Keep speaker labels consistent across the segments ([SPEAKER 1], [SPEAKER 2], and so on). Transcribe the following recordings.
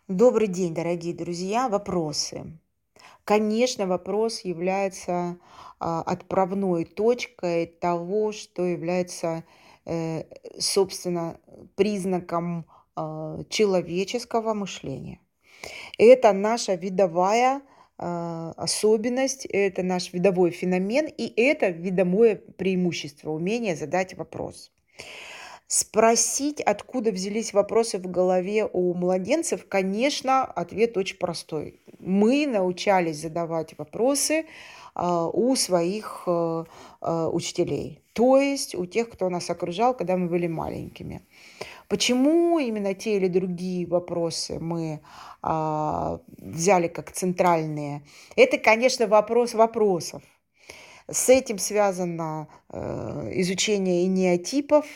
[SPEAKER 1] Добрый день, дорогие друзья. Вопросы. Конечно, вопрос является отправной точкой того, что является, э, собственно, признаком человеческого мышления. Это наша видовая особенность, это наш видовой феномен, и это видовое преимущество, умение задать вопрос. Спросить, откуда взялись вопросы в голове у младенцев, конечно, ответ очень простой. Мы научались задавать вопросы у своих учителей, то есть у тех, кто нас окружал, когда мы были маленькими. Почему именно те или другие вопросы мы взяли как центральные? Это, конечно, вопрос вопросов. С этим связано изучение инеотипов,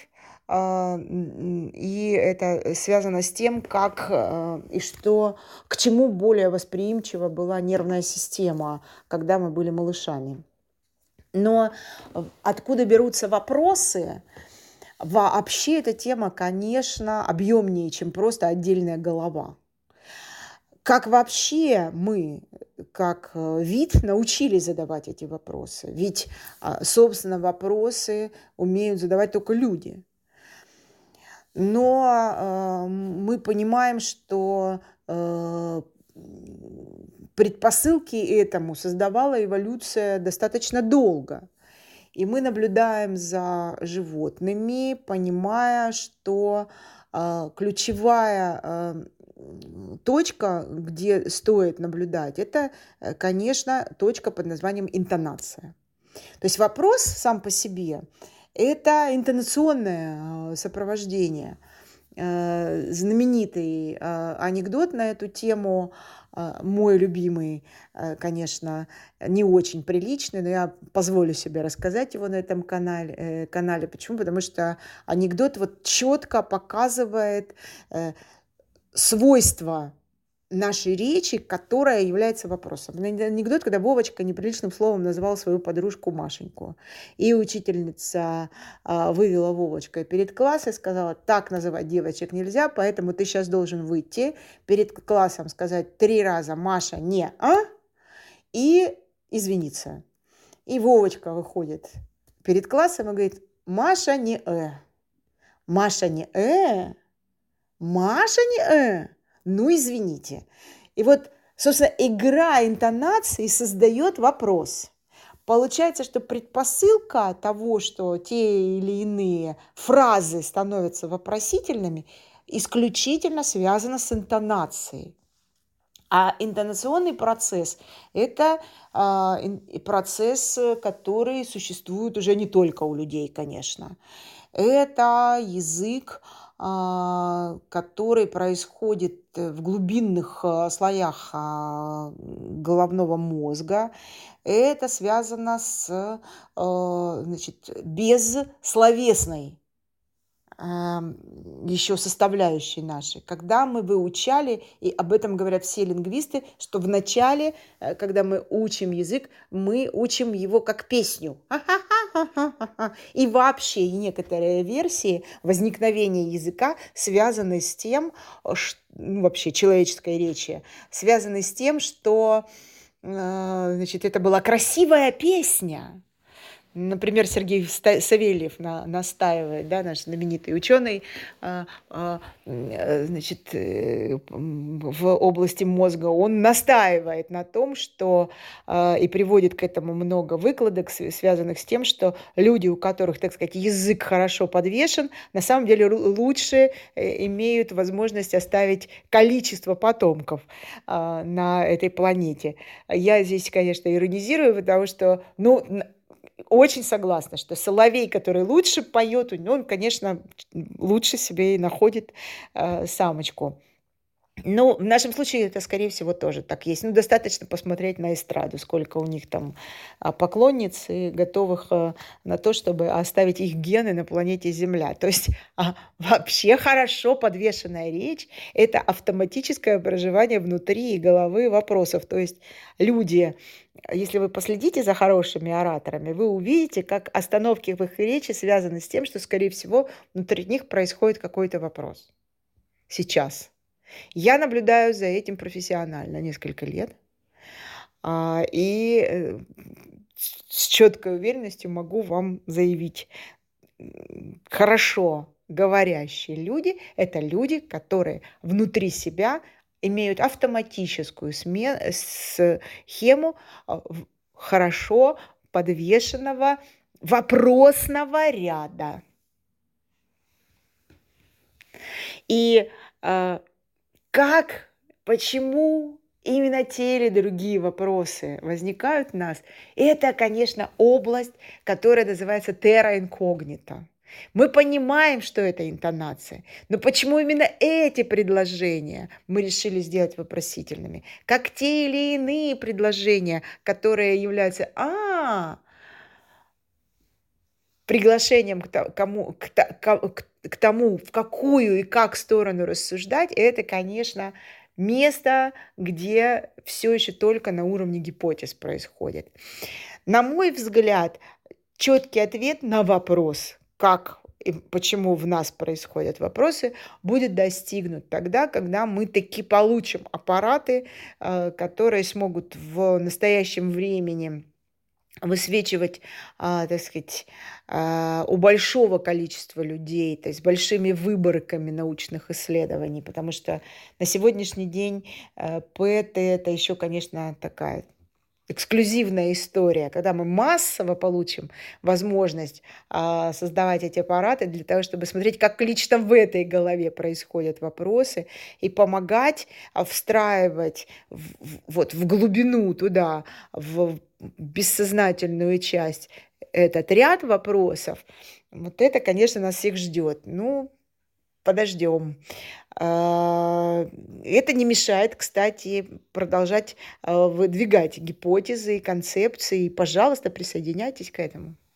[SPEAKER 1] и это связано с тем, как и что, к чему более восприимчива была нервная система, когда мы были малышами. Но откуда берутся вопросы? Вообще эта тема, конечно, объемнее, чем просто отдельная голова. Как вообще мы, как вид, научились задавать эти вопросы? Ведь, собственно, вопросы умеют задавать только люди. Но мы понимаем, что предпосылки этому создавала эволюция достаточно долго. И мы наблюдаем за животными, понимая, что ключевая точка, где стоит наблюдать, это, конечно, точка под названием интонация. То есть вопрос сам по себе – это интонационное сопровождение. Знаменитый анекдот на эту тему, мой любимый, конечно, не очень приличный, но я позволю себе рассказать его на этом канале. Почему? Потому что анекдот вот четко показывает свойства нашей речи, которая является вопросом. Анекдот, когда Вовочка неприличным словом назвал свою подружку Машеньку. И учительница вывела Вовочка перед классом и сказала: так называть девочек нельзя, поэтому ты сейчас должен выйти перед классом, сказать 3 раза «Маша, не, и извиниться. И Вовочка выходит перед классом и говорит: Маша, не, Маша, не, Маша, не, ну, извините. И вот, собственно, игра интонаций создает вопрос. Получается, что предпосылка того, что те или иные фразы становятся вопросительными, исключительно связана с интонацией. А интонационный процесс – это процесс, который существует уже не только у людей, конечно. Это язык, который происходит в глубинных слоях головного мозга. Это связано с безсловесной еще составляющей нашей. Когда мы выучали, и об этом говорят все лингвисты, что вначале, когда мы учим язык, мы учим его как песню. И вообще и некоторые версии возникновения языка связаны с тем, вообще человеческой речи, связаны с тем, что это была красивая песня. Например, Сергей Савельев настаивает, да, наш знаменитый ученый, в области мозга, он настаивает на том, что и приводит к этому много выкладок, связанных с тем, что люди, у которых, так сказать, язык хорошо подвешен, на самом деле лучше имеют возможность оставить количество потомков на этой планете. Я здесь, конечно, иронизирую, потому что, очень согласна, что соловей, который лучше поет, он, конечно, лучше себе и находит самочку. Но в нашем случае это, скорее всего, тоже так есть. Достаточно посмотреть на эстраду, сколько у них там поклонниц и готовых на то, чтобы оставить их гены на планете Земля. То есть вообще хорошо подвешенная речь – это автоматическое проживание внутри головы вопросов. То есть люди, если вы последите за хорошими ораторами, вы увидите, как остановки в их речи связаны с тем, что, скорее всего, внутри них происходит какой-то вопрос. Сейчас. Я наблюдаю за этим профессионально несколько лет. И с четкой уверенностью могу вам заявить, хорошо говорящие люди – это люди, которые внутри себя имеют автоматическую схему хорошо подвешенного вопросного ряда. И почему именно те или другие вопросы возникают у нас, это, конечно, область, которая называется terra incognita. Мы понимаем, что это интонация, но почему именно эти предложения мы решили сделать вопросительными, как те или иные предложения, которые являются приглашением к тому, в какую и как сторону рассуждать, это, конечно, место, где все еще только на уровне гипотез происходит. На мой взгляд, четкий ответ на вопрос, как и почему в нас происходят вопросы, будет достигнут тогда, когда мы таки получим аппараты, которые смогут в настоящем времени высвечивать, так сказать, у большого количества людей, то есть большими выборками научных исследований, потому что на сегодняшний день ПЭТ – это еще, конечно, такая эксклюзивная история, когда мы массово получим возможность создавать эти аппараты для того, чтобы смотреть, как лично в этой голове происходят вопросы, и помогать встраивать в глубину туда, в бессознательную часть этот ряд вопросов. Вот это, конечно, нас всех ждет. Ну, подождем. Это не мешает, кстати, продолжать выдвигать гипотезы и концепции. Пожалуйста, присоединяйтесь к этому.